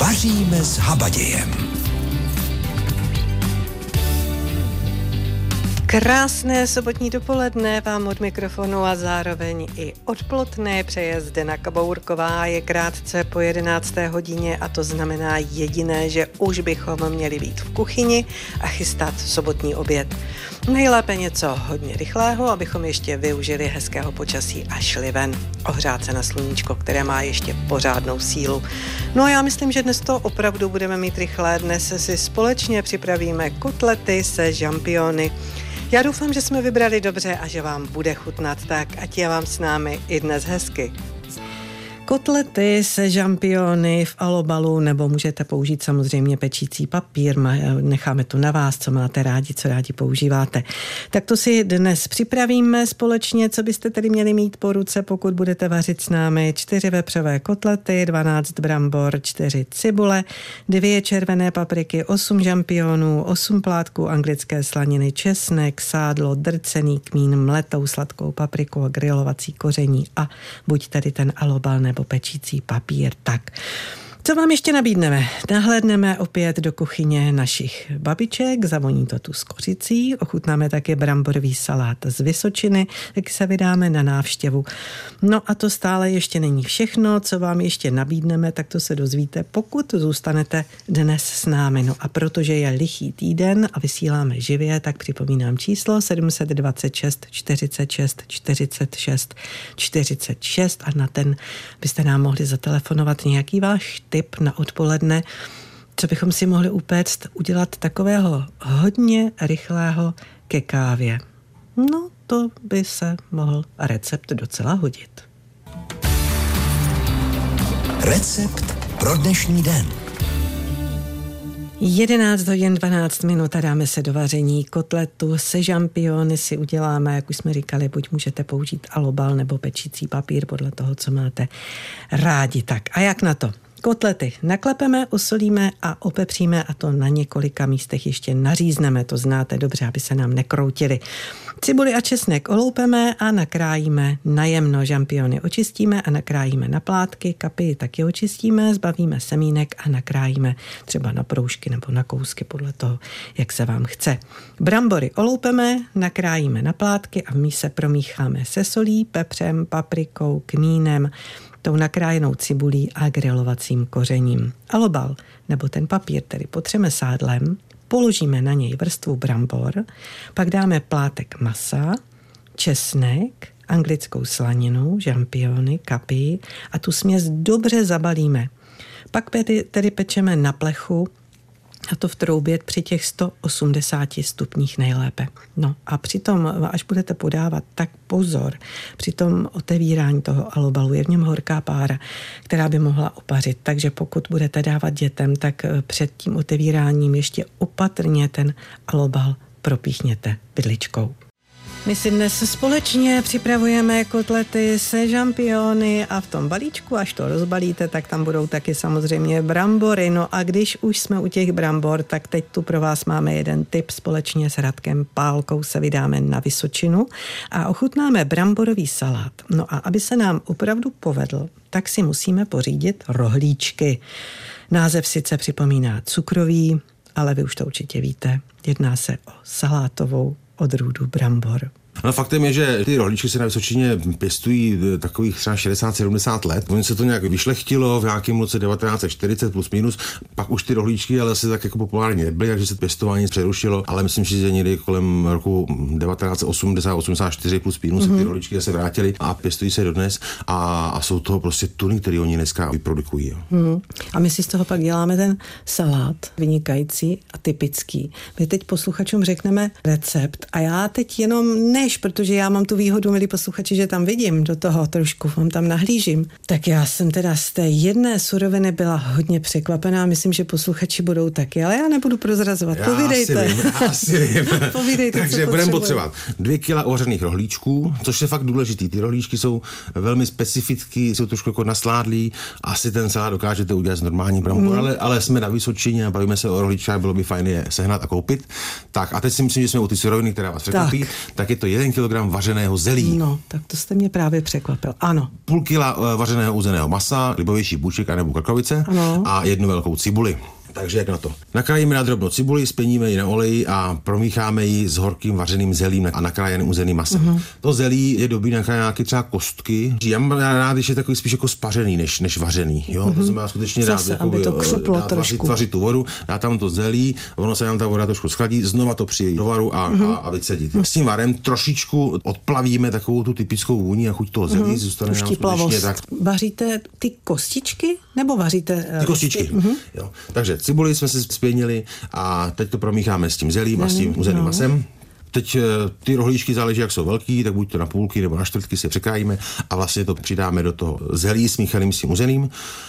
Vaříme s Habadějem. Krásné sobotní dopoledne vám od mikrofonu a zároveň i od Plotné přeje Zdena Kabourková. Je krátce po 11. hodině a to znamená jediné, že už bychom měli být v kuchyni a chystat sobotní oběd. Nejlépe něco hodně rychlého, abychom ještě využili hezkého počasí a šli ven. Ohřát se na sluníčko, které má ještě pořádnou sílu. No a já myslím, že dnes to opravdu budeme mít rychlé. Dnes si společně připravíme kotlety se žampiony. Já doufám, že jsme vybrali dobře a že vám bude chutnat, tak ať je vám s námi i dnes hezky. Kotlety se žampiony v alobalu, nebo můžete použít samozřejmě pečící papír, necháme to na vás, co máte rádi, co rádi používáte. Tak to si dnes připravíme společně, co byste tedy měli mít po ruce, pokud budete vařit s námi. 4 vepřové kotlety, 12 brambor, 4 cibule, 2 červené papriky, 8 žampionů, 8 plátků anglické slaniny, česnek, sádlo, drcený kmín, mletou sladkou papriku a grilovací koření a buď tedy ten alobal nebo pečící papír. Tak, co vám ještě nabídneme? Nahlédneme opět do kuchyně našich babiček, zavoní to tu s kořicí, ochutnáme také bramborový salát z Vysočiny, taky se vydáme na návštěvu. No a to stále ještě není všechno, co vám ještě nabídneme, tak to se dozvíte, pokud zůstanete dnes s námi. No a protože je lichý týden a vysíláme živě, tak připomínám číslo 726 46 46 46 a na ten byste nám mohli zatelefonovat nějaký váš tip na odpoledne, co bychom si mohli upéct, udělat takového hodně rychlého ke kávě. No, to by se mohl recept docela hodit. Recept pro dnešní den. 11 hodin 12 minut a dáme se do vaření kotletu se žampiony si uděláme, jak už jsme říkali, buď můžete použít alobal nebo pečící papír podle toho, co máte rádi. Tak a jak na to? Kotlety naklepeme, usolíme a opepříme a to na několika místech ještě nařízneme, to znáte dobře, aby se nám nekroutily. Cibuli a česnek oloupeme a nakrájíme najemno, žampiony očistíme a nakrájíme na plátky, kapy taky očistíme, zbavíme semínek a nakrájíme třeba na proužky nebo na kousky podle toho, jak se vám chce. Brambory oloupeme, nakrájíme na plátky a v míse promícháme se solí, pepřem, paprikou, kmínem, tou nakrájenou cibulí a grilovacím kořením. Alobal, nebo ten papír, tedy potřeme sádlem, položíme na něj vrstvu brambor, pak dáme plátek masa, česnek, anglickou slaninu, žampiony, kapy a tu směs dobře zabalíme. Pak tedy pečeme na plechu, a to v troubě při těch 180 stupních nejlépe. No a přitom, až budete podávat, tak pozor, při tom otevírání toho alobalu je v něm horká pára, která by mohla opařit. Takže pokud budete dávat dětem, tak před tím otevíráním ještě opatrně ten alobal propíchněte vidličkou. My si dnes společně připravujeme kotlety se žampiony a v tom balíčku, až to rozbalíte, tak tam budou taky samozřejmě brambory. No a když už jsme u těch brambor, tak teď tu pro vás máme jeden tip. Společně s Radkem Pálkou se vydáme na Vysočinu a ochutnáme bramborový salát. No a aby se nám opravdu povedl, tak si musíme pořídit rohlíčky. Název sice připomíná cukrový, ale vy už to určitě víte. Jedná se o salátovou odrůdu brambor. No faktem je, že ty rohlíčky se na Vysočině pěstují takových třeba 60-70 let. Oni se to nějak vyšlechtilo v nějakém roce 1940 plus minus, pak už ty rohlíčky ale asi tak jako populární nebyly, takže se pěstování přerušilo, ale myslím, že někdy kolem roku 1980-84 plus minus ty rohlíčky se vrátily a pěstují se dodnes a jsou to prostě tuny, které oni dneska vyprodukují. A my si z toho pak děláme ten salát vynikající a typický. My teď posluchačům řekneme recept a já teď jenom protože já mám tu výhodu, milí posluchači, že tam vidím do toho trošku, vám tam nahlížím. Tak já jsem teda z té jedné suroviny byla hodně překvapená, myslím, že posluchači budou taky, ale já nebudu prozrazovat. Povídejte. Asi vím. Povídejte, takže budeme potřebovat 2 kila uvařených rohlíčků, což je fakt důležitý. Ty rohlíčky jsou velmi specifický, jsou trošku jako nasládlý. Asi ten salát dokážete udělat z normální brambor, ale jsme na Vysočině a bavíme se o rohlíčkách, bylo by fajn je sehnat a koupit. Tak a teď si myslím, že jsme u ty suroviny, která vás překvapí, tak je to 1 kilogram vařeného zelí. No, tak to jste mě právě překvapil. Ano. Půl kila vařeného uzeného masa, libovější bůček anebo krkovice a 1 velkou cibuli. Takže jak na to? Nakrájíme na drobnou cibuli, spěníme ji na oleji a promícháme ji s horkým vařeným zelím a nakrájeným uzeným masem. To zelí je dobrý nakrájet nějaké třeba kostky. Já mám rád, když je takový spíš jako spařený než vařený. Jo? To znamená skutečně dát, aby to křuplo trošku. Tvařit tu vodu, dát tam to zelí, ono se nám ta voda trošku schladí, znova to přijet do varu a vycedit. S tím varem trošičku odplavíme takovou tu typickou vůni a chuť toho zelí, zůstane nám skutečně tak. Vaříte ty kostičky nebo vaříte ty kostičky? Jo. Takže cibuli jsme si spěnili a teď to promícháme s tím zelím a s tím uzeným masem. Teď ty rohlíčky záleží, jak jsou velký, tak buď to na půlky nebo na čtvrtky si překrájíme a vlastně to přidáme do toho zelí smíchaným s tím uzeným.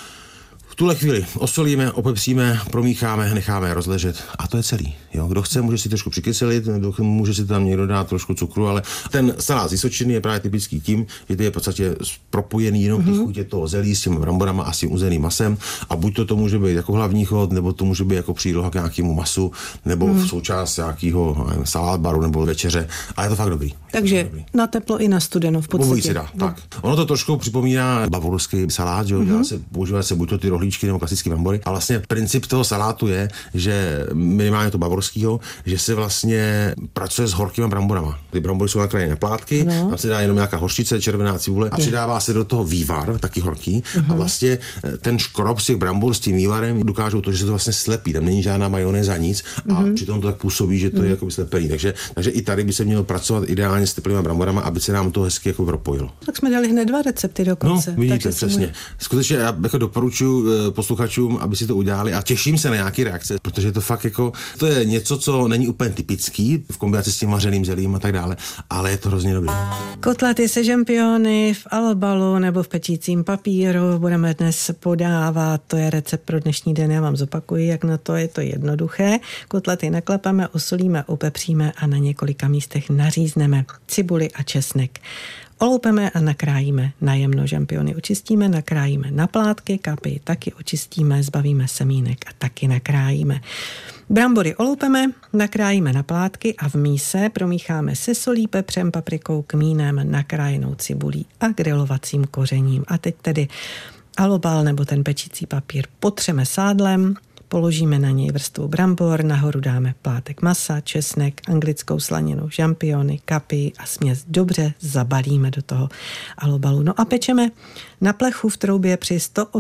V tuhle chvíli osolíme, opepříme, promícháme, necháme rozležet a to je celý. Jo? Kdo chce, může si trošku přikyselit, může si tam někdo dát trošku cukru, ale ten salát z Vysočiny je právě typický tím, že to je v podstatě propojený jenom ty chutě toho zelí s těmi bramborama a s tím uzeným masem a buď to může být jako hlavní chod, nebo to může být jako příloha k nějakému masu, nebo v součást nějakého salát baru nebo večeře a je to fakt dobrý. Takže na teplo i na studeno v podstatě. Se dá, tak. Ono to trošku připomíná bavorský salát, že používá se buď to ty rohlíčky nebo klasické brambory. A vlastně princip toho salátu je, že minimálně to bavorského, že se vlastně pracuje s horkýma bramborama. Ty brambory jsou nakrájené na plátky, tam se dá jenom nějaká hořčice, červená cibule a přidává se do toho vývar, taky horký. A vlastně ten škrob z těch brambor s tím vývarem dokážou to, že se to vlastně slepí. Tam není žádná majonéza nic a přitom to tak působí, že to je jako slepený. Takže i tady by se mělo pracovat ideálně s teplými bramborama, aby se nám to hezky jako propojilo. Tak jsme dali hned 2 recepty dokonce. No, vidíte, přesně. Skutečně já jako doporučuji posluchačům, aby si to udělali a těším se na nějaké reakce, protože to fakt jako, to je něco, co není úplně typický v kombinaci s tím vařeným zelím a tak dále, ale je to hrozně dobré. Kotlety se žampiony v alobalu nebo v pečícím papíru budeme dnes podávat, to je recept pro dnešní den, já vám zopakuji, jak na to je to jednoduché. Kotlety naklepeme, osolíme, opepříme a na několika místech nařízneme cibuli a česnek. Oloupeme a nakrájíme najemno, žampiony očistíme, nakrájíme na plátky, kapy taky očistíme, zbavíme semínek a taky nakrájíme. Brambory oloupeme, nakrájíme na plátky a v míse promícháme se solí, pepřem, paprikou, kmínem, nakrájenou cibulí a grilovacím kořením. A teď tedy alobal nebo ten pečící papír potřeme sádlem, položíme na něj vrstvu brambor, nahoru dáme plátek masa, česnek, anglickou slaninu, žampiony, kapy a směs dobře zabalíme do toho alobalu. No a pečeme na plechu v troubě při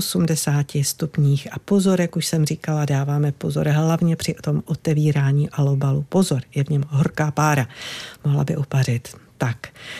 180 stupních a pozor, jak už jsem říkala, dáváme pozor hlavně při tom otevírání alobalu. Pozor, je v něm horká pára, mohla by opařit. Tak.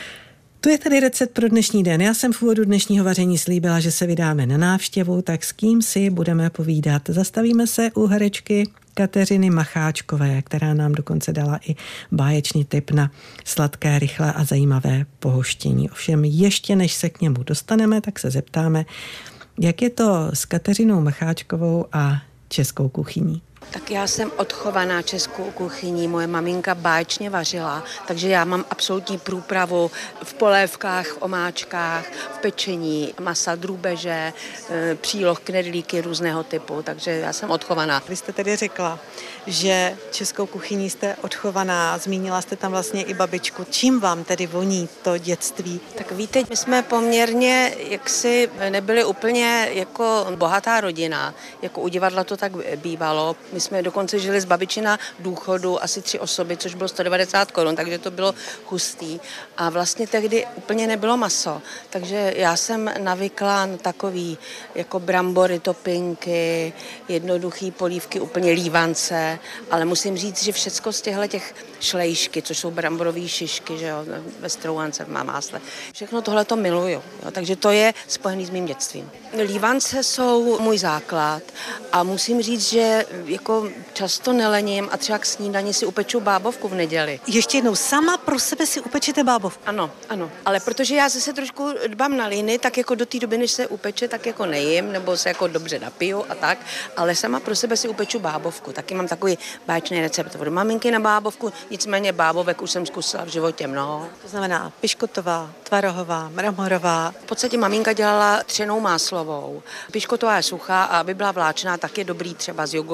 To je tedy recept pro dnešní den. Já jsem v úvodu dnešního vaření slíbila, že se vydáme na návštěvu, tak s kým si budeme povídat. Zastavíme se u herečky Kateřiny Macháčkové, která nám dokonce dala i báječný tip na sladké, rychlé a zajímavé pohoštění. Ovšem ještě než se k němu dostaneme, tak se zeptáme, jak je to s Kateřinou Macháčkovou a českou kuchyní. Tak já jsem odchovaná českou kuchyní, moje maminka báječně vařila, takže já mám absolutní průpravu v polévkách, v omáčkách, v pečení, masa, drůbeže, příloh, knedlíky různého typu, takže já jsem odchovaná. Vy jste tedy řekla, že českou kuchyní jste odchovaná, zmínila jste tam vlastně i babičku. Čím vám tedy voní to dětství? Tak víte, my jsme poměrně jaksi nebyli úplně jako bohatá rodina, jako u divadla to tak bývalo. My jsme dokonce žili z babičina důchodu asi 3 osoby, což bylo 190 korun, takže to bylo hustý. A vlastně tehdy úplně nebylo maso, takže já jsem navykla na takový jako brambory, topinky, jednoduchý polívky, úplně lívance, ale musím říct, že všecko z těch šlejšky, což jsou bramborové šišky, že jo, ve strouhance, v másle. Všechno tohle to miluju, jo, takže to je spojený s mým dětstvím. Lívance jsou můj základ a musím říct, že jako často nelením a třeba k snídani si upeču bábovku v neděli. Ještě jednou, sama pro sebe si upečete bábovku? Ano, ale protože já zase trošku dbám na líny, tak jako do té doby, než se upeče, tak jako nejím, nebo se jako dobře napiju a tak, ale sama pro sebe si upeču bábovku. Taky mám takový báječný recept od maminky na bábovku, nicméně bábovek už jsem zkusila v životě mnoho. To znamená piškotová, tvarohová, mramorová. V podstatě maminka dělala třenou máslovou. Piškotová je suchá a aby byla vláčná, tak je dobrý třeba z jogurtu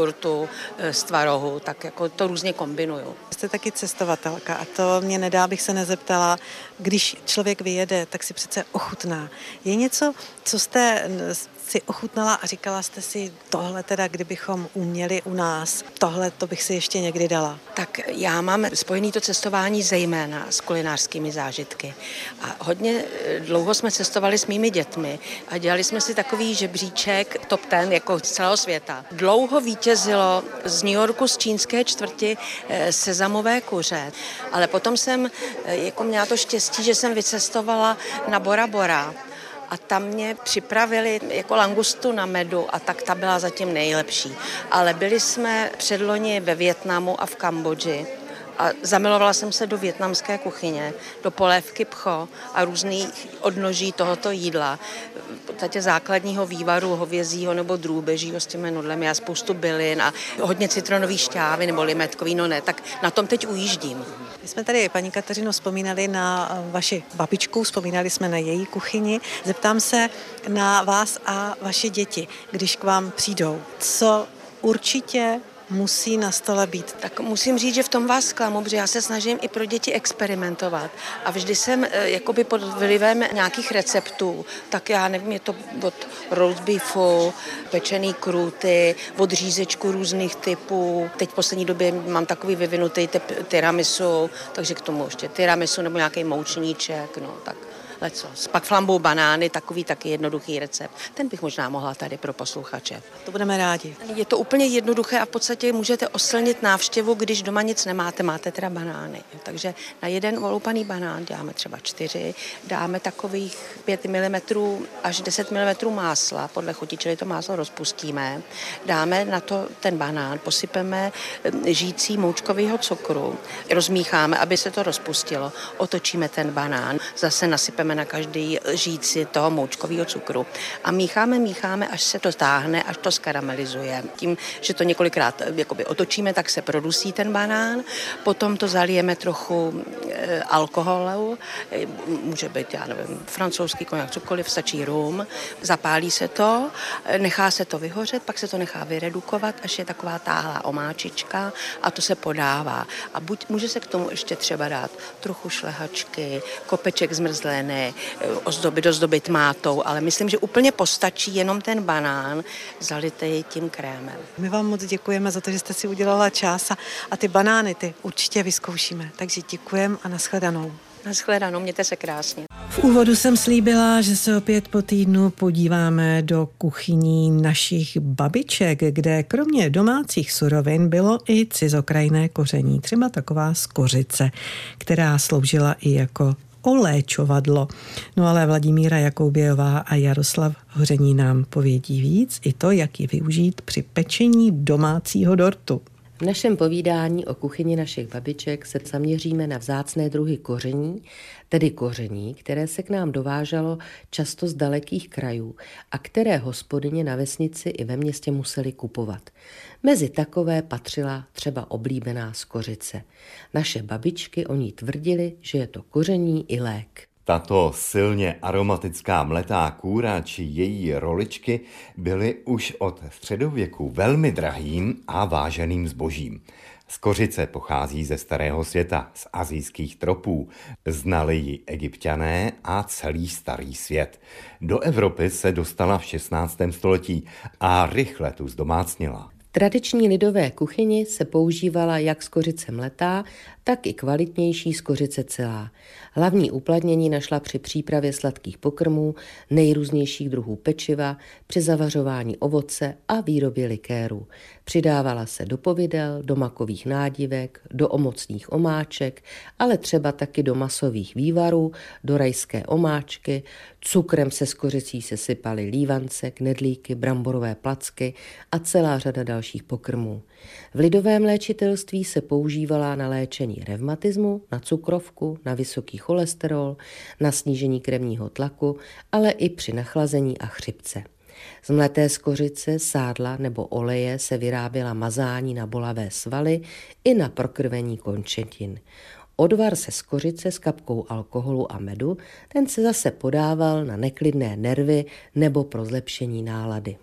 z tvarohu, tak jako to různě kombinuju. Jste taky cestovatelka a to mě nedá, bych se nezeptala, když člověk vyjede, tak si přece ochutná. Je něco, co jste si ochutnala a říkala jste si, tohle teda, kdybychom uměli u nás, tohle to bych si ještě někdy dala? Tak já mám spojený to cestování zejména s kulinářskými zážitky. A hodně dlouho jsme cestovali s mými dětmi a dělali jsme si takový žebříček top 10 jako z celého světa. Dlouho vítězilo z New Yorku z čínské čtvrti sezamové kuře, ale potom jsem jako měla to štěstí, že jsem vycestovala na Bora Bora. A tam mě připravili jako langustu na medu a tak ta byla zatím nejlepší. Ale byli jsme předloni ve Vietnamu a v Kambodži a zamilovala jsem se do vietnamské kuchyně, do polévky pcho a různých odnoží tohoto jídla. V podstatě základního vývaru hovězího nebo drůbežího s těmi nudlemi a spoustu bylin a hodně citronový šťávy nebo limetkový, no ne, tak na tom teď ujíždím. My jsme tady, paní Kateřino, vzpomínali na vaši babičku, vzpomínali jsme na její kuchyni. Zeptám se na vás a vaše děti, když k vám přijdou. Co určitě musí na stole být? Tak musím říct, že v tom vás zklamu, protože já se snažím i pro děti experimentovat. A vždy jsem jakoby pod vlivem nějakých receptů, tak já nevím, je to od roast beefu, pečený krůty, od řízečku různých typů. Teď v poslední době mám takový vyvinutý tiramisu, takže k tomu ještě tiramisu nebo nějaký moučníček, no tak lecos. Pak flambou banány, takový taky jednoduchý recept. Ten bych možná mohla tady pro posluchače. To budeme rádi. Je to úplně jednoduché a v podstatě můžete oslnit návštěvu, když doma nic nemáte, máte teda banány. Takže na jeden oloupaný banán děláme třeba 4, dáme takových 5 mm až 10 mm másla, podle chuti, čili to máslo rozpustíme. Dáme na to ten banán, posypeme žící moučkového cukru, rozmícháme, aby se to rozpustilo, otočíme ten banán, zase nasypeme na každý žíci toho moučkového cukru a mícháme, až se to táhne, až to skaramelizuje. Tím, že to několikrát jakoby otočíme, tak se produsí ten banán, potom to zalijeme trochu alkoholu, může být, já nevím, francouzský konjak, cokoliv, stačí rum, zapálí se to, nechá se to vyhořet, pak se to nechá vyredukovat, až je taková táhlá omáčička a to se podává. A může se k tomu ještě třeba dát trochu šlehačky, kopeček zmrzlené, dozdobit mátou, ale myslím, že úplně postačí jenom ten banán zalitej tím krémem. My vám moc děkujeme za to, že jste si udělala čas a ty banány, ty určitě vyzkoušíme. Takže děkujeme a nashledanou. Nashledanou, mějte se krásně. V úvodu jsem slíbila, že se opět po týdnu podíváme do kuchyní našich babiček, kde kromě domácích surovin bylo i cizokrajné koření, třeba taková skořice, která sloužila i jako oléčovadlo. No ale Vladimíra Jakoubějová a Jaroslav Hoření nám povědí víc, i to, jak ji využít při pečení domácího dortu. V našem povídání o kuchyni našich babiček se zaměříme na vzácné druhy koření, tedy koření, které se k nám dováželo často z dalekých krajů a které hospodyně na vesnici i ve městě museli kupovat. Mezi takové patřila třeba oblíbená skořice. Naše babičky o ní tvrdili, že je to koření i lék. Tato silně aromatická mletá kůra či její roličky byly už od středověku velmi drahým a váženým zbožím. Skořice pochází ze starého světa, z asijských tropů. Znali ji Egypťané a celý starý svět. Do Evropy se dostala v 16. století a rychle tu zdomácnila. V tradiční lidové kuchyni se používala jak skořice mletá, tak i kvalitnější skořice celá. Hlavní uplatnění našla při přípravě sladkých pokrmů, nejrůznějších druhů pečiva, při zavařování ovoce a výrobě likérů. Přidávala se do povidel, do makových nádivek, do omocných omáček, ale třeba taky do masových vývarů, do rajské omáčky, cukrem se skořicí se sypaly lívance, knedlíky, bramborové placky a celá řada dalších pokrmů. V lidovém léčitelství se používala na léčení revmatismu, na cukrovku, na vysoký cholesterol, na snížení krevního tlaku, ale i při nachlazení a chřipce. Z mleté skořice, sádla nebo oleje se vyráběla mazání na bolavé svaly i na prokrvení končetin. Odvar se skořice s kapkou alkoholu a medu, ten se zase podával na neklidné nervy nebo pro zlepšení nálady.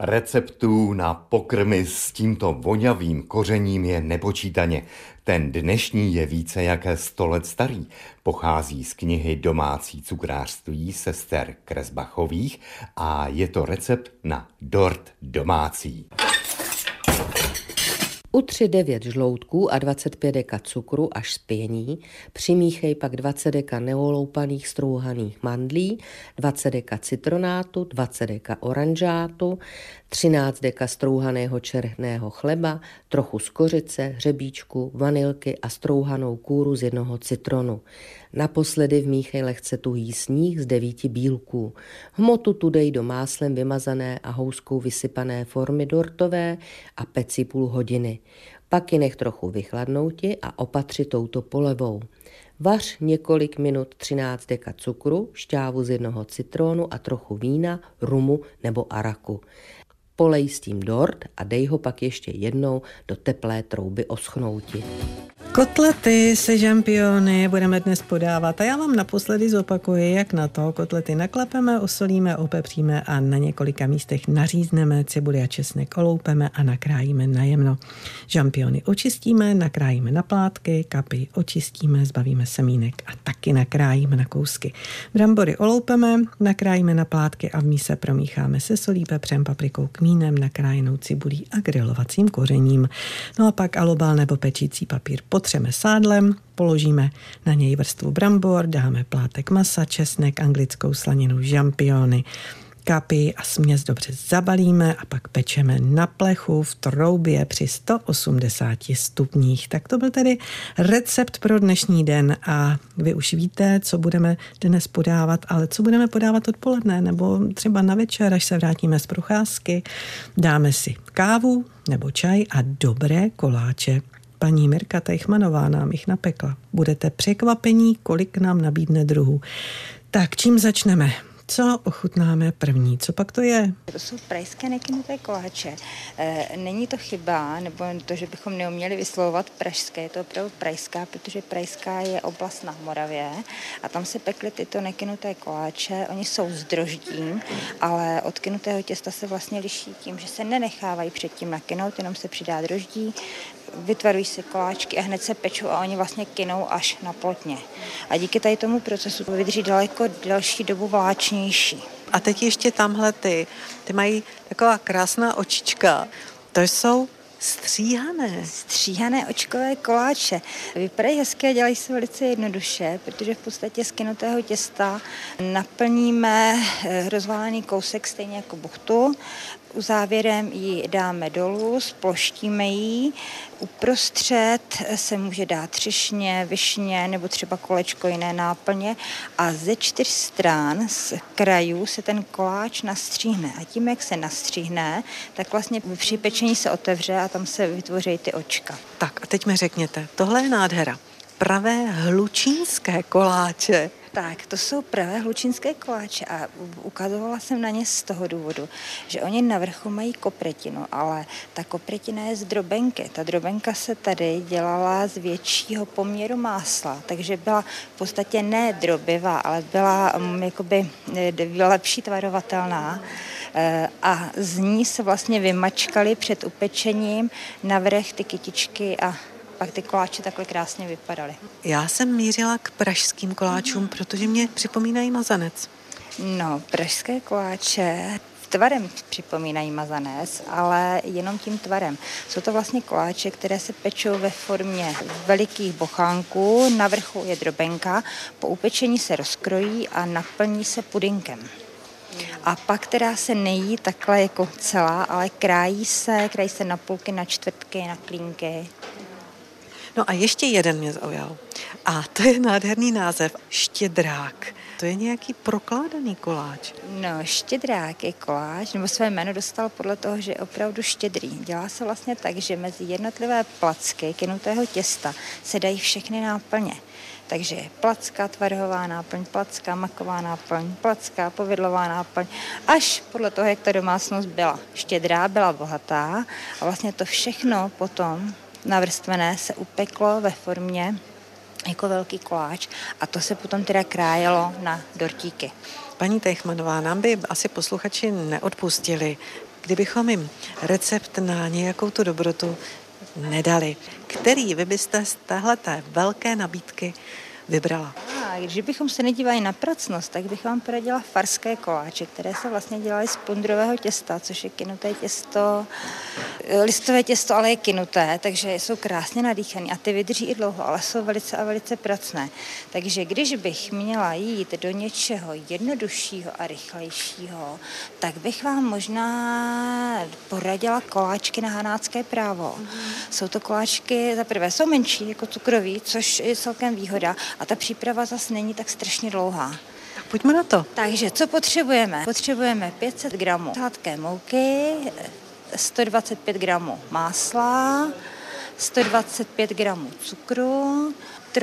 Receptů na pokrmy s tímto vonavým kořením je nepočítaně. Ten dnešní je více jak 100 let starý. Pochází z knihy Domácí cukrářství sester Kresbachových a je to recept na dort domácí. Utři 9 žloutků a 25 deka cukru až spění, přimíchej pak 20 deka neoloupaných strouhaných mandlí, 20 deka citronátu, 20 deka oranžátu, 13 deka strouhaného černého chleba, trochu skořice, hřebíčku, vanilky a strouhanou kůru z 1 citronu. Naposledy vmíchej lehce tuhý sníh z 9 bílků. Hmotu tu dej do máslem vymazané a houskou vysypané formy dortové a peci půl hodiny. Pak ji nech trochu vychladnouti a opatři touto polevou. Vař několik minut 13 deka cukru, šťávu z 1 citronu a trochu vína, rumu nebo araku. Polej s tím dort a dej ho pak ještě jednou do teplé trouby oschnouti. Kotlety se žampiony budeme dnes podávat a já vám naposledy zopakuji, jak na to. Kotlety naklepeme, osolíme, opepříme a na několika místech nařízneme, cibuli a česnek oloupeme a nakrájíme najemno. Žampiony očistíme, nakrájíme na plátky, kapy očistíme, zbavíme semínek a taky nakrájíme na kousky. Brambory oloupeme, nakrájíme na plátky a v míse promícháme se solí, pepřem, paprikou, kmínem, nakrájenou cibulí a grilovacím kořením. No a pak alobal nebo pečící papír potřeme sádlem, položíme na něj vrstvu brambor, dáme plátek masa, česnek, anglickou slaninu, žampiony, kapy a směs dobře zabalíme a pak pečeme na plechu v troubě při 180 stupních. Tak to byl tedy recept pro dnešní den a vy už víte, co budeme dnes podávat, ale co budeme podávat odpoledne nebo třeba na večer, až se vrátíme z procházky. Dáme si kávu nebo čaj a dobré koláče. Paní Mirka Teichmanová nám jich napekla. Budete překvapení, kolik nám nabídne druhů. Tak, čím začneme? Co ochutnáme první? Co pak to je? To jsou pražské nekynuté koláče. Není to chyba, nebo to, že bychom neuměli vyslovovat pražské, je to opravdu pražská, protože pražská je oblast na Moravě a tam se pekly tyto nekynuté koláče. Oni jsou s droždím, ale od kynutého těsta se vlastně liší tím, že se nenechávají předtím nakynout, jenom se přidá droždí, vytvarují se koláčky a hned se pečou a oni vlastně kynou až na plotně. A díky tady tomu procesu vydrží daleko delší dobu vláčnější. A teď ještě tamhle ty mají taková krásná očička. To jsou stříhané očkové koláče. Vypadají hezky a dělají se velice jednoduše, protože v podstatě z kynutého těsta naplníme rozválený kousek stejně jako buchtu. Závěrem ji dáme dolů, sploštíme ji. Uprostřed se může dát třešně, višně nebo třeba kolečko jiné náplně a ze 4 stran z krajů se ten koláč nastříhne. A tím, jak se nastříhne, tak vlastně při pečení se otevře a tam se vytvoří ty očka. Tak a teď mi řekněte, tohle je nádhera. Pravé hlučínské koláče. Tak, to jsou pravé hlučínské koláče a ukazovala jsem na ně z toho důvodu, že oni na vrchu mají kopretinu, ale ta kopretina je z drobenky. Ta drobenka se tady dělala z většího poměru másla, takže byla v podstatě ne drobivá, ale byla jakoby lepší tvarovatelná. A z ní se vlastně vymačkaly před upečením na vrch ty kytičky a pak ty koláče takhle krásně vypadaly. Já jsem mířila k pražským koláčům, protože mě připomínají mazanec. No, pražské koláče tvarem připomínají mazanec, ale jenom tím tvarem. Jsou to vlastně koláče, které se pečou ve formě velikých bochánků, na vrchu je drobenka, po upečení se rozkrojí a naplní se pudinkem. A pak teda se nejí takhle jako celá, ale krájí se na půlky, na čtvrtky, na klínky. No a ještě jeden mě zaujal. A to je nádherný název štědrák. To je nějaký prokládaný koláč. No, štědrák je koláč, nebo své jméno dostal podle toho, že je opravdu štědrý. Dělá se vlastně tak, že mezi jednotlivé placky kynutého těsta se dají všechny náplně. Takže placka, tvarohová náplň, placka, maková náplň, placka, povidlová náplň, až podle toho, jak ta domácnost byla štědrá, byla bohatá a vlastně to všechno potom navrstvené se upeklo ve formě jako velký koláč a to se potom teda krájelo na dortíky. Paní Teichmanová, nám by asi posluchači neodpustili. Kdybychom jim recept na nějakou tu dobrotu nedali, který vy byste z téhleté velké nabídky vybrala? Když bychom se nedívali na pracnost, tak bych vám poradila farské koláče, které se vlastně dělaly z pundrového těsta, což je kynuté těsto, listové těsto, ale je kynuté, takže jsou krásně nadýchané a ty vydrží i dlouho, ale jsou velice a velice pracné. Takže když bych měla jít do něčeho jednoduššího a rychlejšího, tak bych vám možná poradila koláčky na hanácké právo. Jsou to koláčky, za prvé jsou menší jako cukroví, což je celkem výhoda a ta příprava zase není tak strašně dlouhá. Tak pojďme na to. Takže co potřebujeme? Potřebujeme 500 gramů sladké mouky, 125 gramů másla, 125 gramů cukru,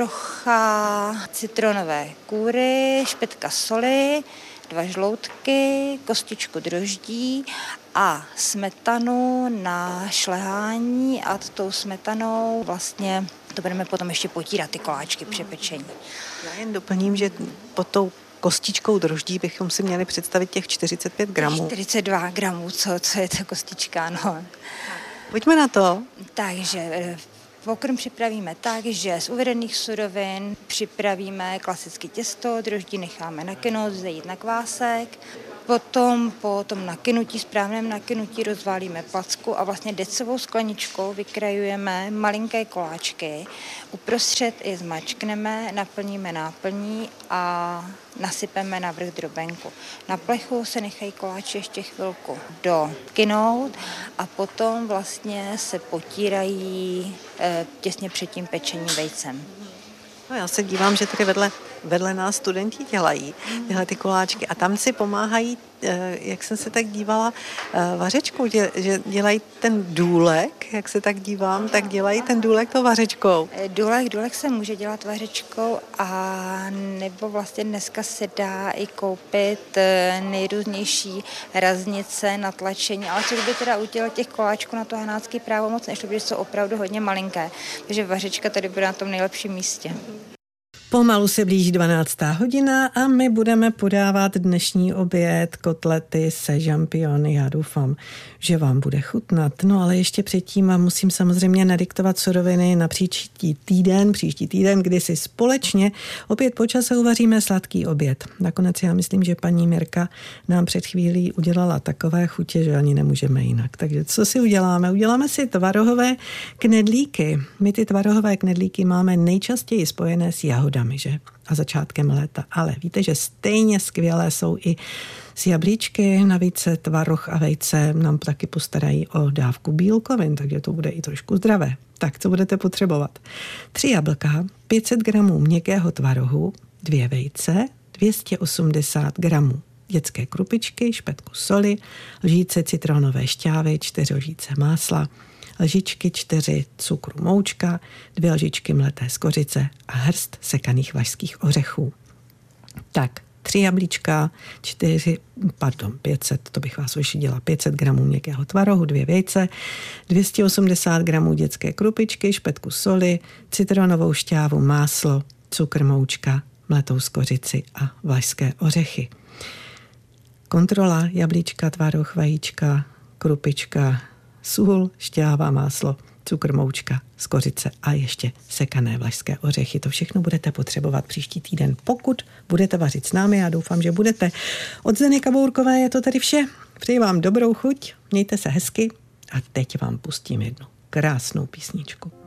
trocha citronové kůry, špetka soli, 2 žloutky, kostičku droždí a smetanu na šlehání a tou smetanou vlastně to budeme potom ještě potírat ty koláčky při pečení. Já jen doplním, že pod tou kostičkou droždí bychom si měli představit těch 45 gramů. 42 gramů, co je to kostička, no. Pojďme na to. Takže pokrm připravíme tak, že z uvedených surovin připravíme klasické těsto, droždí necháme nakynout, zejít na kvásek, potom po tom nakynutí, správném nakynutí rozválíme placku a vlastně decovou skleničkou vykrajujeme malinké koláčky, uprostřed je zmačkneme, naplníme náplní a nasypeme na vrch drobenku. Na plechu se nechají koláče ještě chvilku dokynout a potom vlastně se potírají těsně před tím pečením vejcem. No, já se dívám, že tady vedle nás studenti dělají tyhle ty koláčky a tam si pomáhají, jak jsem se tak dívala, vařečkou, že dělají ten důlek, jak se tak dívám, tak dělají ten důlek tou vařečkou. Důlek se může dělat vařečkou a nebo vlastně dneska se dá i koupit nejrůznější raznice na tlačení, ale což by teda u těch koláčků na to hanácké právo moc nešlo, protože jsou opravdu hodně malinké, takže vařečka tady bude na tom nejlepším místě. Pomalu se blíží 12. hodina a my budeme podávat dnešní oběd kotlety se žampiony. Já doufám, že vám bude chutnat. No ale ještě předtím vám musím samozřejmě nadiktovat suroviny na příští týden, kdy si společně opět po čase uvaříme sladký oběd. Nakonec já myslím, že paní Mirka nám před chvílí udělala takové chutě, že ani nemůžeme jinak. Takže co si uděláme? Uděláme si tvarohové knedlíky. My ty tvarohové knedlíky máme nejčastěji spojené s jahodami, že? A začátkem léta. Ale víte, že stejně skvělé jsou i s jablíčky, navíc tvaroh a vejce nám taky postarají o dávku bílkovin, takže to bude i trošku zdravé. Tak, co budete potřebovat? 3 jablka, 500 gramů měkkého tvarohu, 2 vejce, 280 gramů dětské krupičky, špetku soli, lžíce citronové šťávy, 4 lžíce másla, lžičky 4 cukru moučka, 2 lžičky mleté skořice a hrst sekaných vašských ořechů. Tak, 3 jablíčka, 500, to bych vás ušidila, 500 gramů měkkého tvarohu, 2 vejce, 280 gramů dětské krupičky, špetku soli, citronovou šťávu, máslo, cukr moučka, mletou skořici a vašské ořechy. Kontrola: jablíčka, tvaroh, vajíčka, krupička, sůl, šťáva, máslo, cukr, moučka, skořice a ještě sekané vlašské ořechy. To všechno budete potřebovat příští týden, pokud budete vařit s námi. Já doufám, že budete. Od Zeny Kabourkové je to tady vše. Přeji vám dobrou chuť, mějte se hezky a teď vám pustím jednu krásnou písničku.